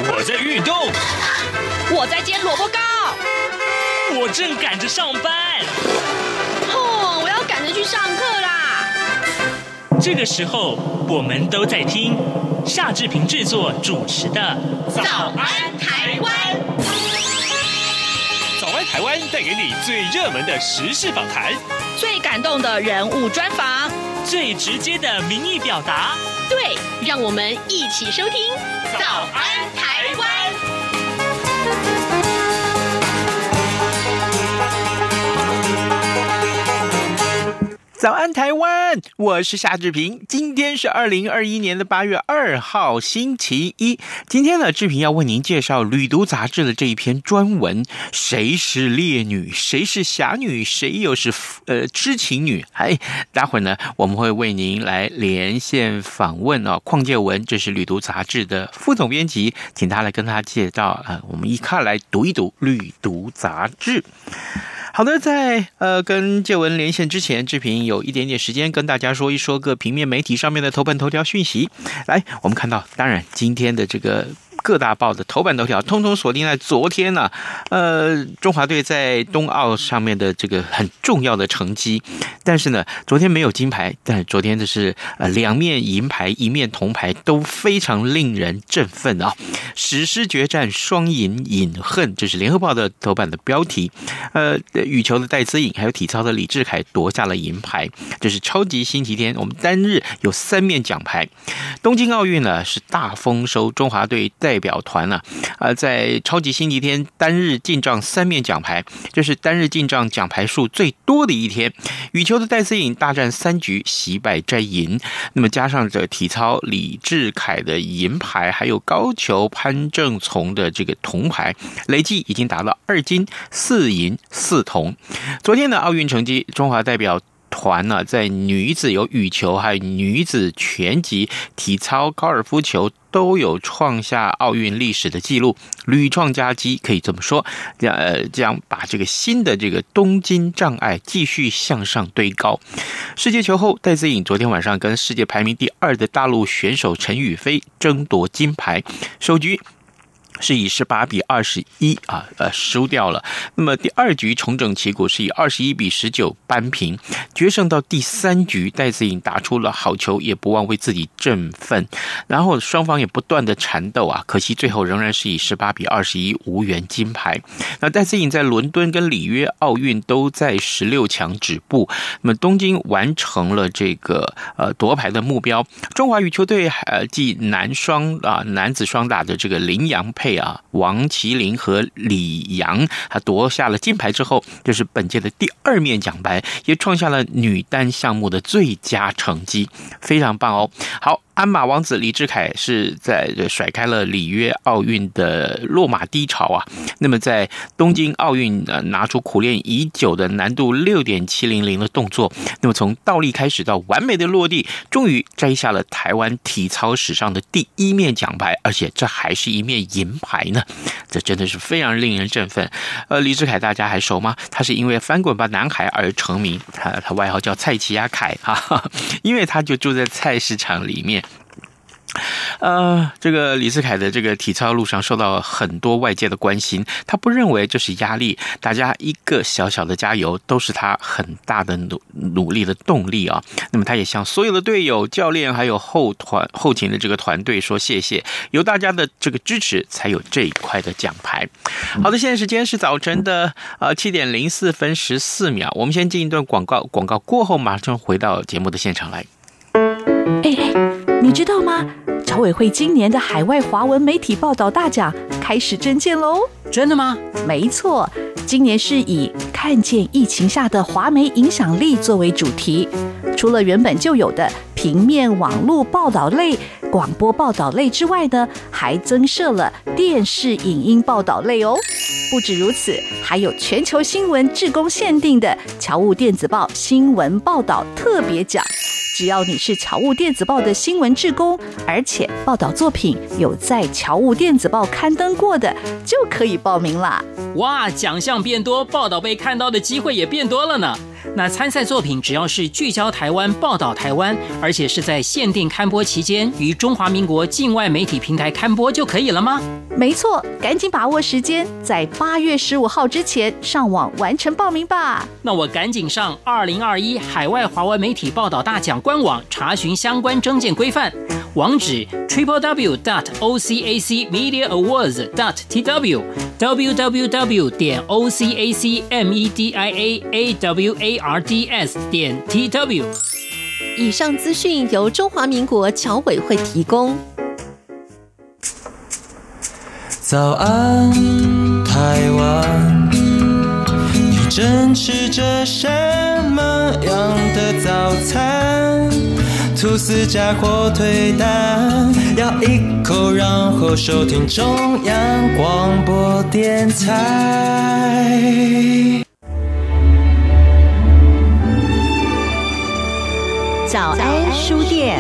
我在运动， 我在煎萝卜糕， 我正赶着上班。 我要赶着去上课啦。 这个时候，我们都在听夏志平制作主持的《 早安台湾》。 早安台湾带给你最热门的时事访谈， 最感动的人物专访， 最直接的民意表达。 对，让我们一起收听《早安台湾》。 早安台湾，我是夏志平。今天是2021年的8月2号，星期一。今天呢，志平要为您介绍《旅读》杂志的这一篇专文：谁是烈女，谁是侠女，谁又是知情女？待会儿呢，我们会为您来连线访问邝介文，这是《旅读》杂志的副总编辑，请他来跟他介绍我们一块来读一读《旅读》杂志。好的，在跟介文连线之前，志平有一点点时间跟大家说一说各平面媒体上面的头版头条讯息。来，我们看到，当然今天的这个各大报的头版头条通通锁定在昨天呢，中华队在冬奥上面的这个很重要的成绩。但是呢，昨天没有金牌，但是昨天的是2面银牌1面铜牌，都非常令人振奋啊！史诗决战双银饮恨，这是联合报的头版的标题。羽球的戴资颖还有体操的李智凯夺下了银牌，这是超级星期天，我们单日有3面奖牌。东京奥运呢是大丰收，中华队代表团呢在超级星期天单日进账3面奖牌，这是单日进账奖牌数最多的一天。羽球的戴资颖大战3局惜败摘银，那么加上这体操李智凯的银牌，还有高球潘正从的这个铜牌，累计已经达到2金4银4铜。昨天的奥运成绩，中华代表团呢，在女子有羽球，还有女子拳击、体操、高尔夫球都有创下奥运历史的记录，屡创佳绩，可以这么说。这样把这个新的这个东京障碍继续向上堆高。世界球后戴资颖昨天晚上跟世界排名第2的大陆选手陈雨菲争夺金牌，首局是以18-21输掉了。那么第2局重整旗鼓，是以21-19扳平。决胜到第3局，戴资颖打出了好球，也不忘为自己振奋。然后双方也不断的缠斗可惜最后仍然是以18-21无缘金牌。那戴资颖在伦敦跟里约奥运都在16强止步，那么东京完成了这个夺牌的目标。中华羽球队继男子双打的这个林洋配王麒麟和李阳他夺下了金牌之后，这是本届的第2面奖牌，也创下了女单项目的最佳成绩，非常棒哦。好，鞍马王子李智凯是在甩开了里约奥运的落马低潮那么在东京奥运拿出苦练已久的难度 6.700 的动作，那么从倒立开始到完美的落地，终于摘下了台湾体操史上的第1面奖牌，而且这还是1面银牌呢，这真的是非常令人振奋。李智凯大家还熟吗？他是因为翻滚吧男孩而成名，他外号叫蔡奇亚凯因为他就住在菜市场里面。这个李智凯的这个体操路上受到很多外界的关心，他不认为这是压力，大家一个小小的加油都是他很大的努力的动力那么他也向所有的队友、教练还有后勤的这个团队说谢谢，有大家的这个支持才有这一块的奖牌。好的，现在时间是早晨的7点04分14秒，我们先进一段广告过后马上回到节目的现场来。 你知道吗？侨委会今年的海外华文媒体报道大奖开始征件喽！ 真的吗？ 没错，今年是以看见疫情下的华媒影响力作为主题，除了原本就有的平面网络报道类、广播报道类之外呢，还增设了电视影音报道类哦。不止如此，还有全球新闻志工限定的侨务电子报新闻报道特别奖。只要你是侨务电子报的新闻志工，而且报道作品有在侨务电子报刊登过的，就可以报名啦。 哇，奖项变多，报道被看到的机会也变多了呢。 那参赛作品只要是聚焦台湾、报道台湾，而且是在限定刊播期间于中华民国境外媒体平台刊播就可以了吗？ 没错，赶紧把握时间，在8月15号之前上网完成报名吧。 那我赶紧上2021海外华文媒体报道大奖官网查询相关征件规范，网址 www.ocacmediaawards.tw www.ocacmediaawards.tw。 以上资讯由中华民国侨委会提供。 早安，台湾，你正吃着什么样的早餐？吐司加火腿蛋，咬一口，然后收听中央广播电台。 早安书店。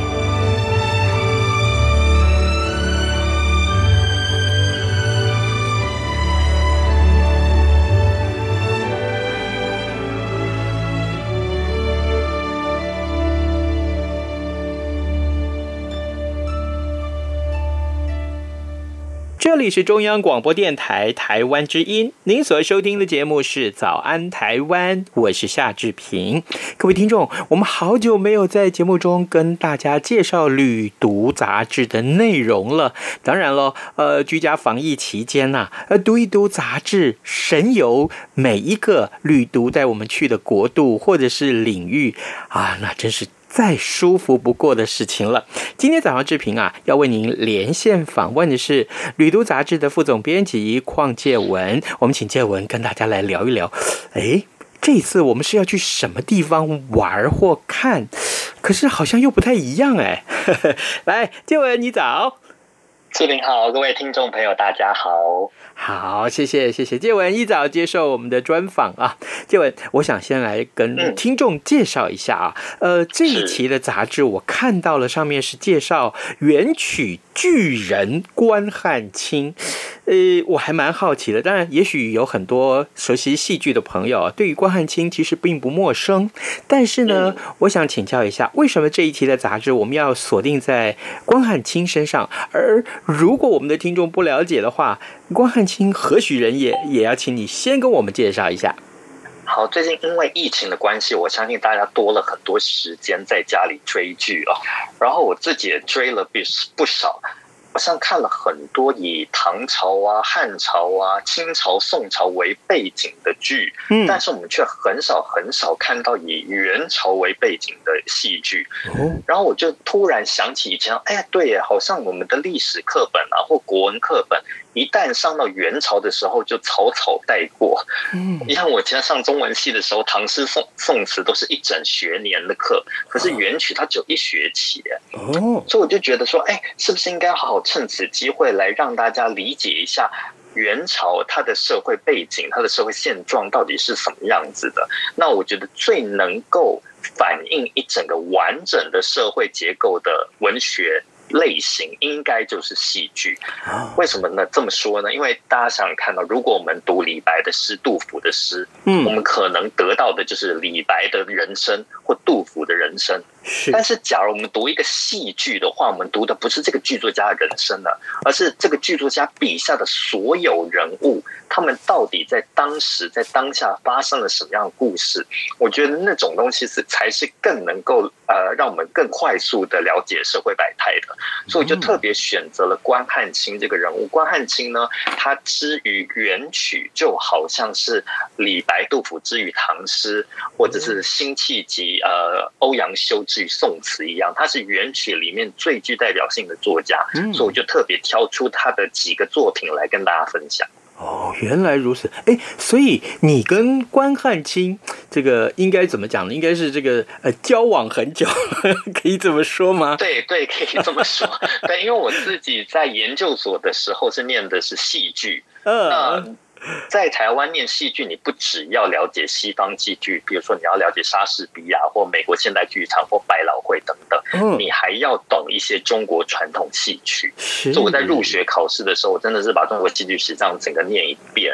这里是中央广播电台台湾之音，您所收听的节目是早安台湾，我是夏志平。各位听众，我们好久没有在节目中跟大家介绍旅读杂志的内容了。当然了，居家防疫期间读一读杂志，神游每一个旅读带我们去的国度或者是领域那真是再舒服不过的事情了。今天早上志平要为您连线访问的是旅读杂志的副总编辑邝介文，我们请介文跟大家来聊一聊。这一次我们是要去什么地方玩或看？可是好像又不太一样来，介文你早。 志平好，各位听众朋友大家好。 好，谢谢介文一早接受我们的专访介文，我想先来跟听众介绍一下这一期的杂志我看到了上面是介绍元曲巨人关汉卿。我还蛮好奇的，当然也许有很多熟悉戏剧的朋友对于关汉卿其实并不陌生，但是呢我想请教一下，为什么这一期的杂志我们要锁定在关汉卿身上？而如果我们的听众不了解的话，关汉卿何许人也要请你先跟我们介绍一下。 好，最近因为疫情的关系，我相信大家多了很多时间在家里追剧然后我自己也追了不少，好像看了很多以唐朝汉朝清朝宋朝为背景的剧，但是我们却很少看到以元朝为背景的戏剧。然后我就突然想起以前对耶，好像我们的历史课本或国文课本一旦上到元朝的时候就草草带过。你看我以前上中文系的时候，唐诗宋词都是一整学年的课，可是元曲它只有1学期所以我就觉得说是不是应该好好趁此机会来让大家理解一下元朝它的社会背景，它的社会现状到底是什么样子的。那我觉得最能够反映一整个完整的社会结构的文学类型应该就是戏剧。为什么呢？这么说呢？因为大家想想看如果我们读李白的诗、杜甫的诗，我们可能得到的就是李白的人生或杜甫的人生。但是假如我们读一个戏剧的话，我们读的不是这个剧作家的人生了，而是这个剧作家笔下的所有人物，他们到底在当时在当下发生了什么样的故事。我觉得那种东西才是更能够让我们更快速的了解社会百态的。所以我就特别选择了关汉卿这个人物。关汉卿呢，他之于元曲就好像是李白、杜甫之于唐诗，或者是辛弃疾、欧阳修之于宋词一样，他是元曲里面最具代表性的作家。所以我就特别挑出他的几个作品来跟大家分享。 原来如此。所以你跟关汉卿这个应该怎么讲呢？应该是这个交往很久，可以这么说吗？ 对，可以这么说。对，因为我自己在研究所的时候是念的是戏剧。那在台湾念戏剧，你不只要了解西方戏剧，比如说你要了解莎士比亚或美国现代剧场或百老汇等等，你还要懂一些中国传统戏曲。所以我在入学考试的时候，我真的是把中国戏剧史这样整个念一遍。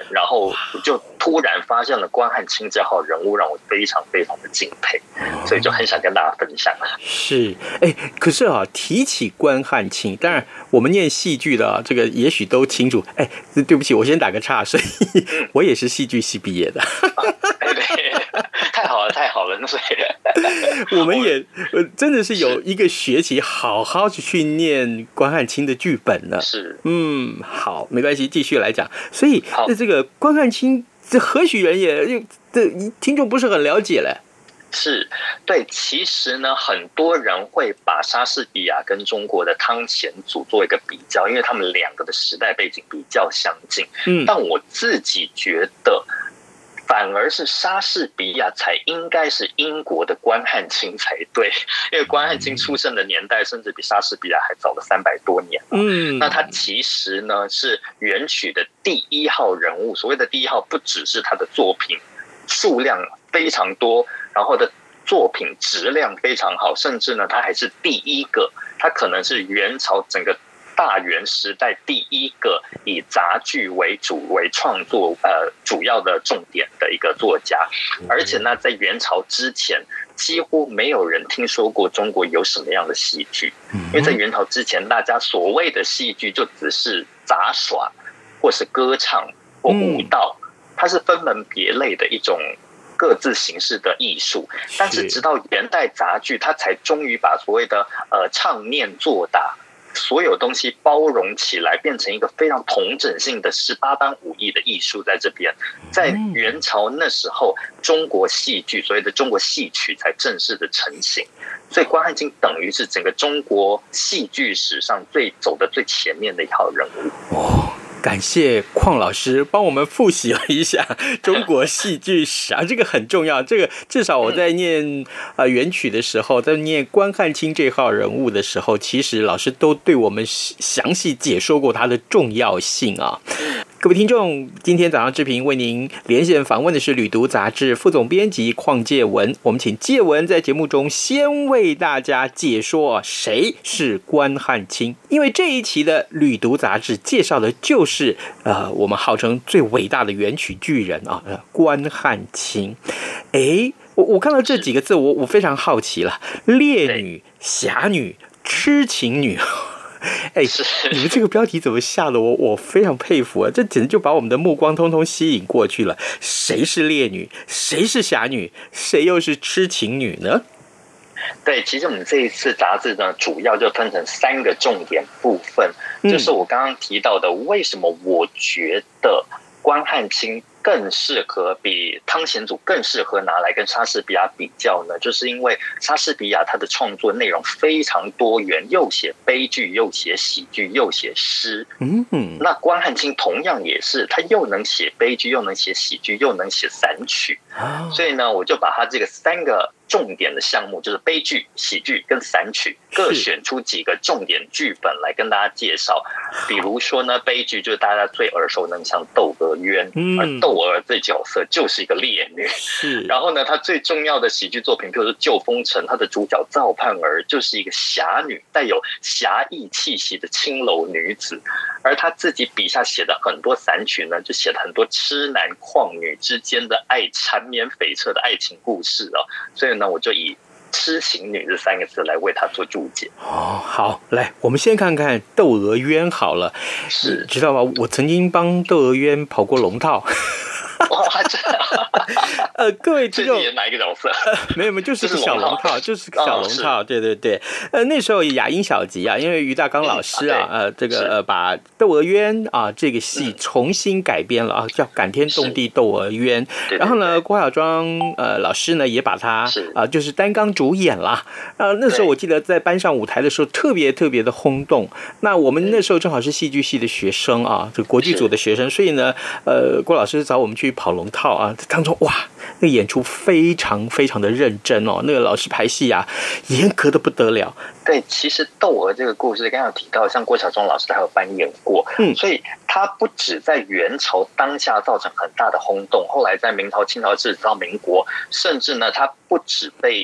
然后就突然发现了关汉卿这号人物，让我非常非常的敬佩，所以就很想跟大家分享。 是，可是啊，提起关汉卿，当然我们念戏剧的啊，这个也许都清楚。对不起，我先打个岔，所以我也是戏剧系毕业的。 对，太好了，太好了，所以我们也真的是有一个学期好好去念关汉卿的剧本呢。 是， 好，没关系，继续来讲。所以这个关汉卿，这何许人也？这听众不是很了解嘞。 是，对，其实呢，很多人会把莎士比亚跟中国的汤显祖做一个比较，因为他们两个的时代背景比较相近。但我自己觉得，反而是莎士比亚才应该是英国的关汉卿才对，因为关汉卿出生的年代甚至比莎士比亚还早了300多年。那他其实呢是元曲的第一号人物，所谓的第一号，不只是他的作品数量非常多，然后的作品质量非常好，甚至呢他还是第一个，他可能是元朝整个大元时代第一个以杂剧为主为创作主要的重点的一个作家。而且呢在元朝之前几乎没有人听说过中国有什么样的戏剧，因为在元朝之前大家所谓的戏剧就只是杂耍或是歌唱或舞蹈，它是分门别类的一种各自形式的艺术。但是直到元代杂剧，它才终于把所谓的唱念做打所有东西包容起来，变成一个非常统整性的18般武艺的艺术在这边。在元朝那时候，中国戏剧所谓的中国戏曲才正式的成型，所以关汉卿等于是整个中国戏剧史上走的最前面的一号人物。 感谢邝老师帮我们复习了一下中国戏剧史啊，这个很重要。这个至少我在念元曲的时候，在念关汉卿这号人物的时候，其实老师都对我们详细解说过他的重要性啊。各位听众，今天早上志平为您连线访问的是《旅读》杂志副总编辑邝介文。我们请介文在节目中先为大家解说谁是关汉卿，因为这一期的《旅读》杂志介绍的就是我们号称最伟大的元曲巨人啊，关汉卿。我看到这几个字，我非常好奇了，烈女、侠女、痴情女。你们这个标题怎么下的我非常佩服啊！这简直就把我们的目光通通吸引过去了。谁是烈女？谁是侠女？谁又是痴情女呢？ 对，其实我们这一次杂志呢，主要就分成3个重点部分，就是我刚刚提到的，为什么我觉得关汉卿更适合，比汤显祖更适合拿来跟莎士比亚比较呢？就是因为莎士比亚他的创作内容非常多元，又写悲剧，又写喜剧，又写诗。那关汉卿同样也是，他又能写悲剧，又能写喜剧，又能写散曲。所以呢，我就把他这个3个重点的项目，就是悲剧、喜剧跟散曲，各选出几个重点剧本来跟大家介绍。比如说呢，悲剧就是大家最耳熟能详窦娥冤，而窦娥这角色就是一个烈女。然后呢，他最重要的喜剧作品，比如说《救风尘》，他的主角赵盼儿就是一个侠女，带有侠义气息的青楼女子。而他自己笔下写的很多散曲呢，就写了很多痴男旷女之间的缠绵悱恻的爱情故事。所以呢，我就以痴情女这3个字来为他做注解。 好，来，我们先看看窦娥冤好了。是，知道吗？我曾经帮窦娥冤跑过龙套。 哇，真的！ 各位听众， 这是哪一个角色？ 没有，就是个小龙套，就是个小龙套。对对对，那时候雅音小集啊，因为于大刚老师啊，这个把窦娥冤啊这个戏重新改编了啊，叫《感天动地窦娥冤》。然后呢，郭晓庄老师呢也把它就是担纲主演啦。那时候我记得在搬上舞台的时候，特别特别的轰动。那我们那时候正好是戏剧系的学生啊，这个国剧组的学生，所以呢，郭老师找我们去跑龙套啊，当中哇，那个演出非常非常的认真哦，那个老师排戏啊，严格的不得了。 对，其实窦娥这个故事刚刚有提到，像郭晓庄老师他有扮演过，所以他不止在元朝当下造成很大的轰动，后来在明朝、清朝，直到民国，甚至呢，他不止被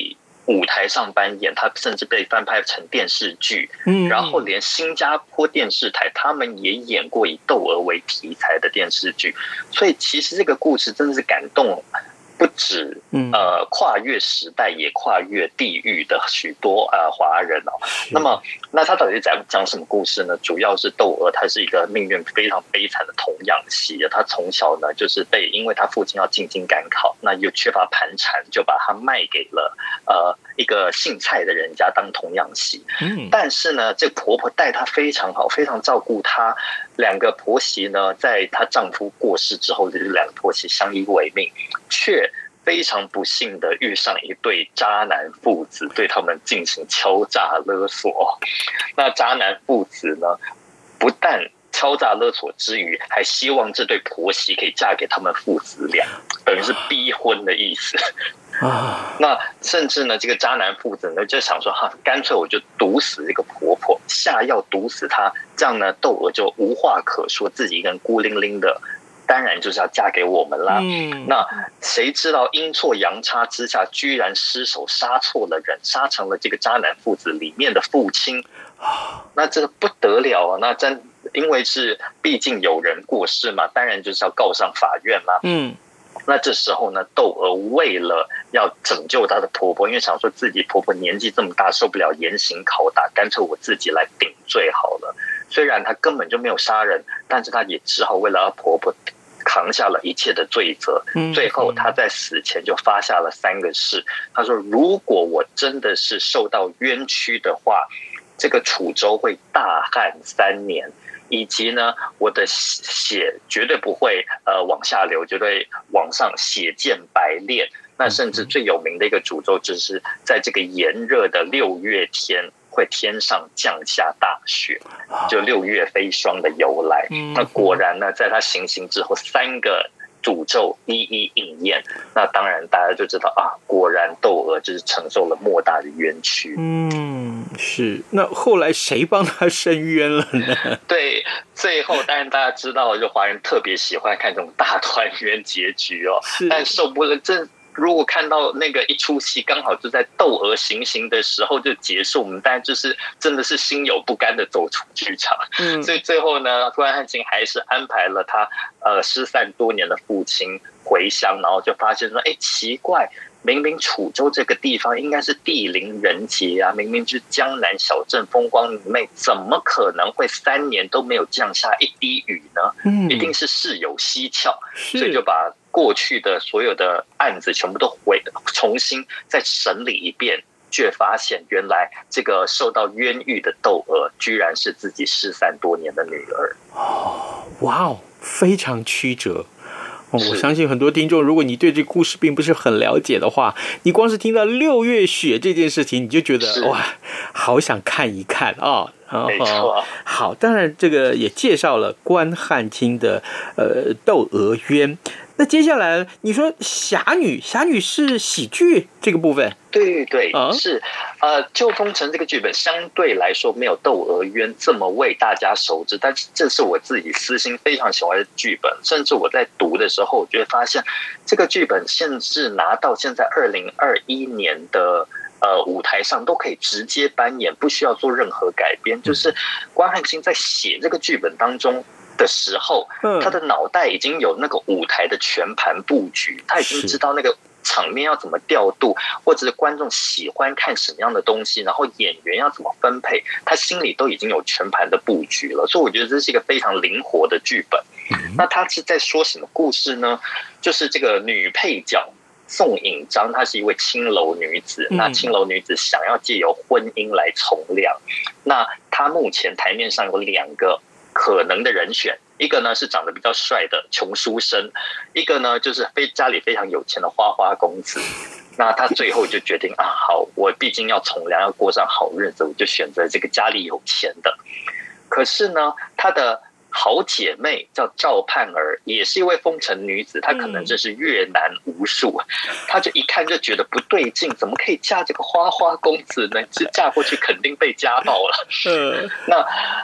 舞台上扮演，它甚至被翻拍成电视剧，然后连新加坡电视台他们也演过以窦娥为题材的电视剧，所以其实这个故事真的是感动不止跨越时代，也跨越地域的许多华人哦。那他到底讲什么故事呢？主要是窦娥，她是一个命运非常悲惨的童养媳，她从小呢就是因为她父亲要进京赶考，那又缺乏盘缠，就把她卖给了一个姓蔡的人家当童养媳。但是呢，这婆婆待她非常好，非常照顾她。两个婆媳呢，在她丈夫过世之后，这两个婆媳相依为命，却非常不幸的遇上一对渣男父子，对他们进行敲诈勒索。那渣男父子呢，不但敲诈勒索之余，还希望这对婆媳可以嫁给他们父子俩，等于是逼婚的意思。那甚至呢，这个渣男父子呢就想说，干脆我就毒死这个婆婆，下药毒死她，这样呢，窦娥就无话可说，自己一个人孤零零的，当然就是要嫁给我们啦。那谁知道阴错阳差之下，居然失手杀错了人，杀成了这个渣男父子里面的父亲。那这不得了啊！那因为毕竟有人过世嘛，当然就是要告上法院啦。那这时候呢，窦娥为了要拯救她的婆婆，因为想说自己婆婆年纪这么大，受不了严刑拷打，干脆我自己来顶罪好了。虽然她根本就没有杀人，但是她也只好为了她婆婆扛下了一切的罪责。最后她在死前就发下了3个誓，她说如果我真的是受到冤屈的话，这个楚州会大旱3年，以及呢，我的血绝对不会往下流，绝对往上血溅白练。那甚至最有名的一个诅咒，就是在这个炎热的6月天，会天上降下大雪，就6月飞霜的由来。那果然呢，在他行刑之后，3个诅咒一一应验。那当然大家就知道果然窦娥就是承受了莫大的冤屈。 是。那后来谁帮他伸冤了呢？ 对，最后当然大家知道，就华人特别喜欢看这种大团圆结局哦。但受不了如果看到那个一出戏刚好就在窦娥行刑的时候就结束，我们当然就是真的是心有不甘的走出剧场。所以最后呢，关汉卿还是安排了他失散多年的父亲回乡，然后就发现说，奇怪，明明楚州这个地方应该是地灵人杰啊，明明就是江南小镇风光明媚，怎么可能会3年都没有降下一滴雨呢？一定是事有蹊跷。所以就把过去的所有的案子全部都重新再审理一遍，却发现原来这个受到冤狱的窦娥居然是自己失散多年的女儿。 哇哦，非常曲折。我相信很多听众，如果你对这个故事并不是很了解的话，你光是听到6月雪这件事情，你就觉得哇，好想看一看啊。 没错。 好，当然这个也介绍了关汉卿的窦娥冤。那接下来你说侠女是喜剧这个部分？ 对，是旧风尘这个剧本相对来说没有窦娥冤这么为大家熟知，但是这是我自己私心非常喜欢的剧本，甚至我在读的时候，我就会发现这个剧本甚至拿到现在2021年的舞台上都可以直接扮演，不需要做任何改编。就是关汉卿在写这个剧本当中的时候，他的脑袋已经有那个舞台的全盘布局，他已经知道那个场面要怎么调度，或者是观众喜欢看什么样的东西，然后演员要怎么分配，他心里都已经有全盘的布局了。所以我觉得这是一个非常灵活的剧本。那他是在说什么故事呢？就是这个女配角宋引章，她是一位青楼女子。那青楼女子想要借由婚姻来从良，那她目前台面上有2个可能的人选，一个呢是长得比较帅的穷书生，一个呢就是家里非常有钱的花花公子。那他最后就决定好，我毕竟要从良，要过上好日子，我就选择这个家里有钱的。可是呢，他的好姐妹叫赵盼儿，也是一位风尘女子，她可能真是越男无数，她就一看就觉得不对劲，怎么可以嫁这个花花公子呢？是嫁过去肯定被家暴了。那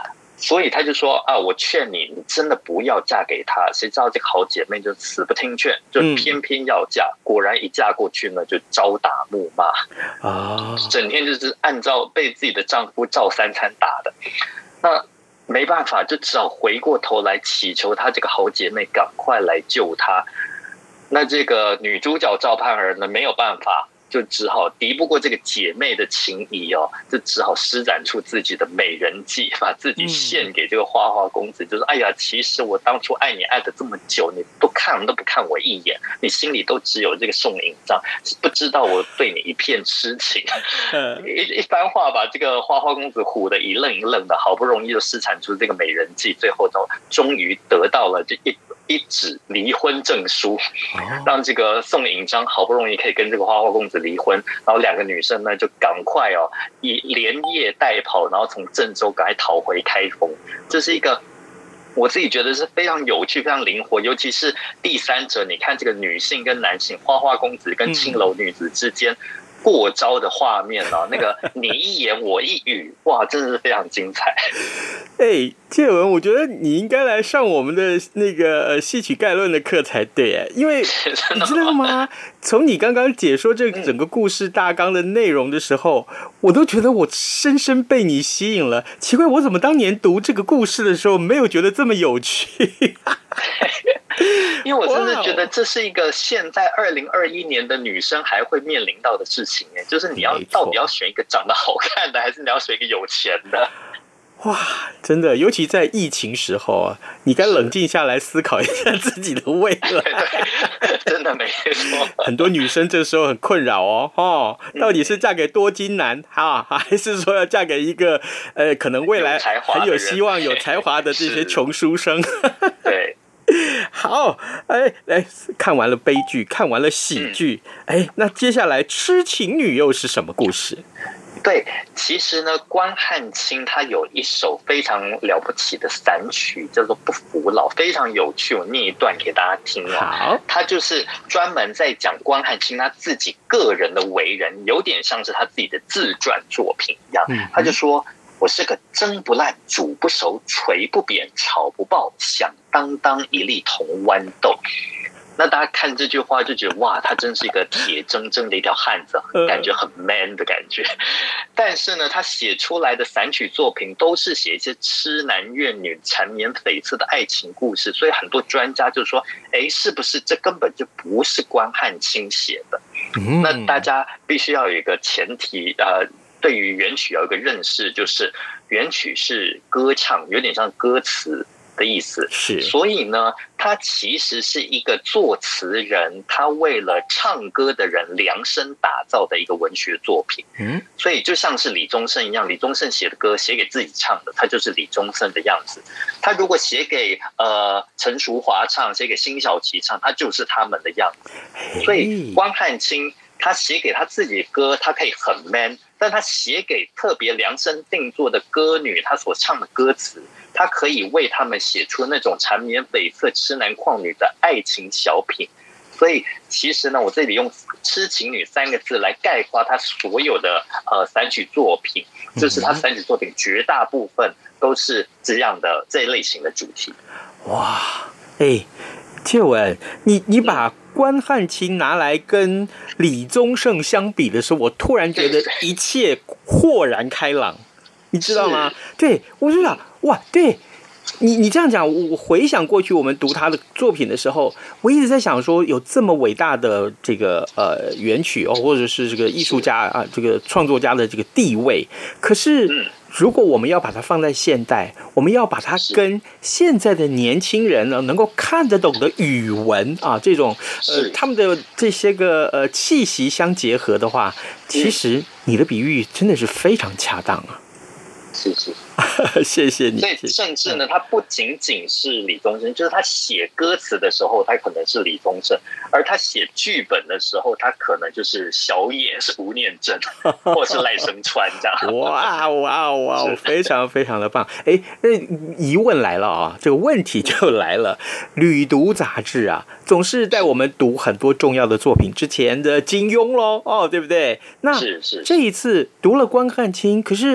所以他就说啊，我劝你，你真的不要嫁给他。谁知道这个好姐妹就死不听劝，就偏偏要嫁。果然一嫁过去呢，就朝打暮骂啊，整天就是按照被自己的丈夫照三餐打的。那没办法，就只好回过头来祈求她这个好姐妹赶快来救她。那这个女主角赵盼儿呢，没有办法。就只好敌不过这个姐妹的情谊哦，就只好施展出自己的美人计，把自己献给这个花花公子，就是哎呀，其实我当初爱你爱的这么久，你都不看我一眼，你心里都只有这个宋引章，不知道我对你一片痴情。一番话把这个花花公子唬得一愣一愣的，好不容易就施展出这个美人计，最后终于得到了这一纸离婚证书，让这个宋引章好不容易可以跟这个花花公子离婚，然后两个女生呢就赶快以连夜带跑，然后从郑州赶快逃回开封。这是一个我自己觉得是非常有趣、非常灵活，尤其是第三者，你看这个女性跟男性，花花公子跟青楼女子之间过招的画面啊，那个你一言我一语，哇，真的是非常精彩。 介文，我觉得你应该来上我们的那个戏曲概论的课才对，因为你知道吗？从你刚刚解说这整个故事大纲的内容的时候，我都觉得我深深被你吸引了。奇怪，我怎么当年读这个故事的时候没有觉得这么有趣？ 因为我真的觉得这是一个现在2021年的女生还会面临到的事情，就是你到底要选一个长得好看的，还是你要选一个有钱的？ 哇，真的，尤其在疫情时候啊，你该冷静下来思考一下自己的未来。 对，真的没错。 很多女生这时候很困扰到底是嫁给多金男还是说要嫁给一个可能未来很有希望、有才华的这些穷书生？ 对。 好，看完了悲剧，看完了喜剧，那接下来痴情女又是什么故事？ 对，其实呢，关汉卿他有一首非常了不起的散曲，叫做《不服老》，非常有趣。我念一段给大家听好， 他就是专门在讲关汉卿他自己个人的为人，有点像是他自己的自传作品一样。他就说：“我是个蒸不烂、煮不熟、捶不扁、炒不爆，响当当一粒铜豌豆。”那大家看这句话就觉得哇，他真是一个铁铮铮的一条汉子，感觉很 man 的感觉。但是呢，他写出来的散曲作品都是写一些痴男怨女、缠绵悱恻的爱情故事，所以很多专家就说，是不是这根本就不是关汉卿写的？那大家必须要有一个前提，对于元曲有一个认识，就是元曲是歌唱，有点像歌词的意思， 是， 所以呢，他其实是一个作词人，他为了唱歌的人量身打造的一个文学作品。所以就像是李宗盛一样，李宗盛写的歌写给自己唱的，他就是李宗盛的样子。他如果写给陈淑华唱，写给辛晓琪唱，他就是他们的样子。所以关汉卿他写给他自己的歌，他可以很 man， 但他写给特别量身定做的歌女，他所唱的歌词，他可以为他们写出那种缠绵悱恻、痴男旷女的爱情小品。所以其实呢，我这里用痴情女3个字来概括他所有的散曲作品，就是他散曲作品绝大部分都是这样的这类型的主题。 哇，介文，你把关汉卿拿来跟李宗盛相比的时候，我突然觉得一切豁然开朗，你知道吗？对，我就想，哇，对。你这样讲，我回想过去我们读他的作品的时候，我一直在想说，有这么伟大的这个元曲或者是这个艺术家这个创作家的这个地位，可是如果我们要把它放在现代，我们要把它跟现在的年轻人呢能够看得懂的语文这种他们的这些个气息相结合的话，其实你的比喻真的是非常恰当啊。 是谢谢你。 所以甚至呢，他不仅仅是李宗盛，就是他写歌词的时候，他可能是李宗盛，而他写剧本的时候，他可能就是小野，是吴念真，或是赖声川这样。 哇，非常非常的棒。疑问来了这个问题就来了。旅读杂志总是带我们读很多重要的作品之前的金庸咯，对不对？那是这一次读了关汉卿，可是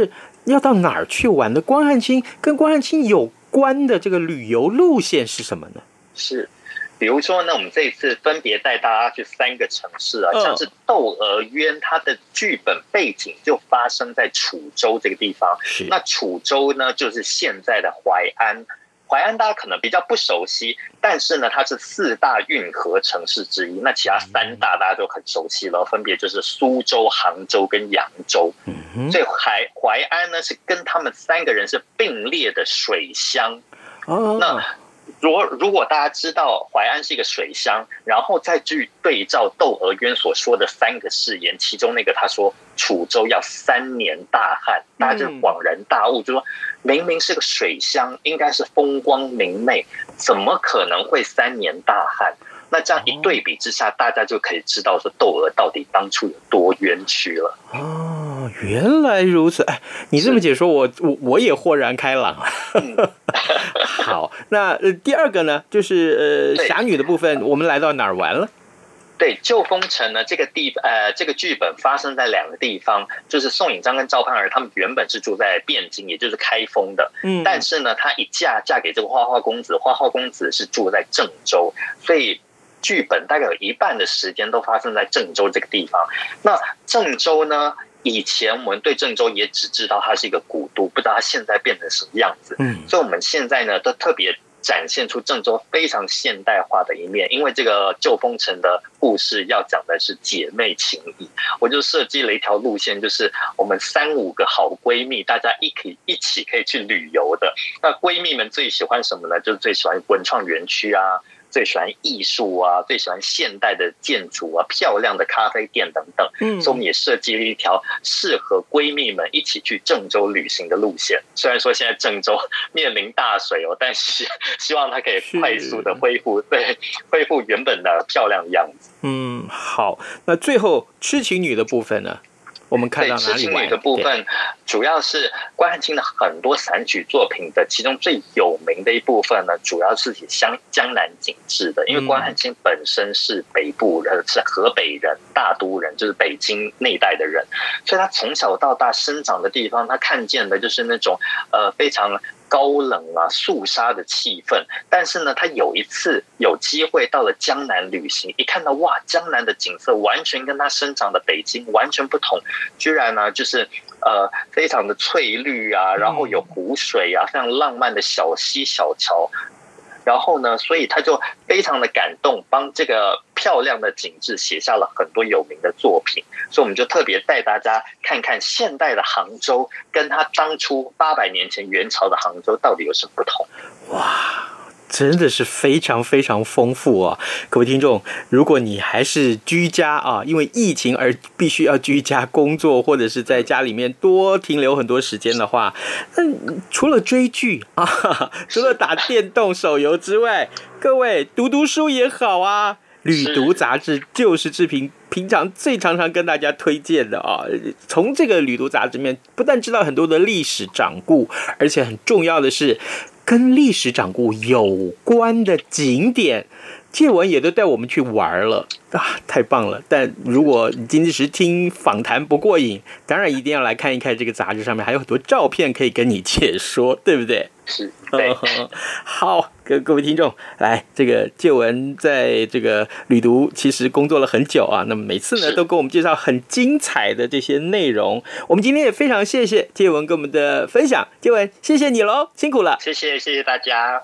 要到哪儿去玩呢？关汉卿跟关汉卿有关的这个旅游路线是什么呢？ 是，比如说呢，我们这一次分别带大家去3个城市啊，像是《窦娥冤》，它的剧本背景就发生在楚州这个地方。那楚州呢，就是现在的淮安。淮安大家可能比较不熟悉，但是呢，它是4大运河城市之一。那其他3大大家都很熟悉了，分别就是苏州、杭州跟扬州。所以淮安呢是跟他们3个人是并列的水乡。那如果大家知道淮安是一个水乡，然后再去对照《窦娥冤》所说的3个誓言，其中那个他说楚州要3年大旱，大家就恍然大悟，就说明明是个水乡，应该是风光明媚，怎么可能会3年大旱？那这样一对比之下，大家就可以知道说窦娥到底当初有多冤屈了。 哦，原来如此！哎，你这么解说，我也豁然开朗了。好，那第2个呢，就是侠女的部分，我们来到哪儿玩了？ 对，旧风城呢，这个剧本发生在2个地方，就是宋引章跟赵盼儿他们原本是住在汴京，也就是开封的，但是呢，她一嫁给这个花花公子，花花公子是住在郑州，所以剧本大概有一半的时间都发生在郑州这个地方。那郑州呢，以前我们对郑州也只知道它是一个古都，不知道它现在变成什么样子。所以我们现在呢，都特别展现出郑州非常现代化的一面，因为这个旧风城的故事要讲的是姐妹情谊，我就设计了一条路线，就是我们3-5个好闺蜜，大家一起可以去旅游的。那闺蜜们最喜欢什么呢？就是最喜欢文创园区啊，最喜欢艺术啊，最喜欢现代的建筑啊，漂亮的咖啡店等等。所以我们也设计了一条适合闺蜜们一起去郑州旅行的路线。虽然说现在郑州面临大水哦，但是希望它可以快速的恢复原本的漂亮的样子。 好，那最后痴情女的部分呢？我们看到哪里玩？痴情女的部分主要是关汉卿的很多散曲作品的其中最有名的一部分呢，主要是以江南景致的，因为关汉卿本身是北部人，是河北人，大都人，就是北京那一带的人，所以他从小到大生长的地方，他看见的就是那种非常高冷啊肃杀的气氛。但是呢，他有一次有机会到了江南旅行，一看到哇，江南的景色完全跟他生长的北京完全不同，居然呢就是非常的翠绿啊，然后有湖水啊，非常浪漫的小溪小桥。然后呢，所以他就非常的感动，帮这个漂亮的景致写下了很多有名的作品。所以我们就特别带大家看看现代的杭州跟他当初800年前元朝的杭州到底有什么不同。 哇，真的是非常非常丰富啊！各位听众，如果你还是居家啊，因为疫情而必须要居家工作，或者是在家里面多停留很多时间的话，那除了追剧啊，除了打电动手游之外，各位读书也好啊。旅读杂志就是志平平常最常跟大家推荐的啊。从这个旅读杂志里面，不但知道很多的历史掌故，而且很重要的是，跟历史掌故有关的景点，介文也都带我们去玩了啊，太棒了！但如果你仅仅是听访谈不过瘾，当然一定要来看一看这个杂志上面还有很多照片可以跟你解说，对不对？ 是，对。 好，各位听众，来，这个介文在这个旅读其实工作了很久啊，那么每次呢都跟我们介绍很精彩的这些内容。我们今天也非常谢谢介文跟我们的分享，介文，谢谢你喽，辛苦了， 谢谢大家。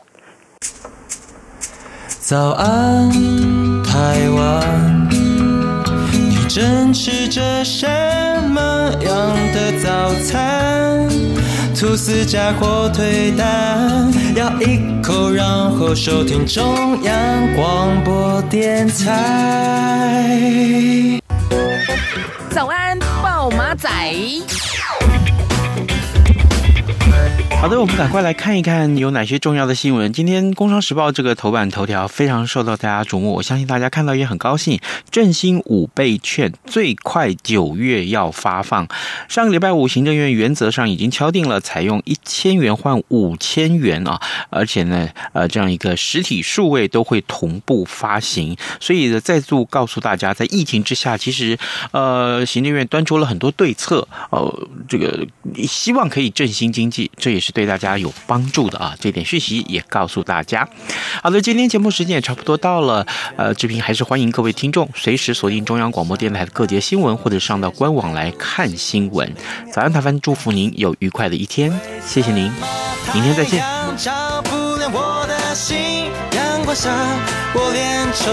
早安，台湾，你正吃着什么样的早餐？吐司加火腿蛋，咬一口，然后收听中央广播电台。 早安，暴马仔。 好的，我们赶快来看一看有哪些重要的新闻。今天《工商时报》这个头版头条非常受到大家瞩目，我相信大家看到也很高兴。振兴5倍券最快9月要发放。上个礼拜五，行政院原则上已经敲定了采用1000元换5000元啊，而且呢，这样一个实体数位都会同步发行。所以再度告诉大家，在疫情之下，其实行政院端出了很多对策，这个希望可以振兴经济，这也是对大家有帮助的啊，这点讯息也告诉大家。好的，今天节目时间也差不多到了，志平还是欢迎各位听众随时锁定中央广播电台的各节新闻，或者上到官网来看新闻。早安台湾，祝福您有愉快的一天，谢谢您，明天再见。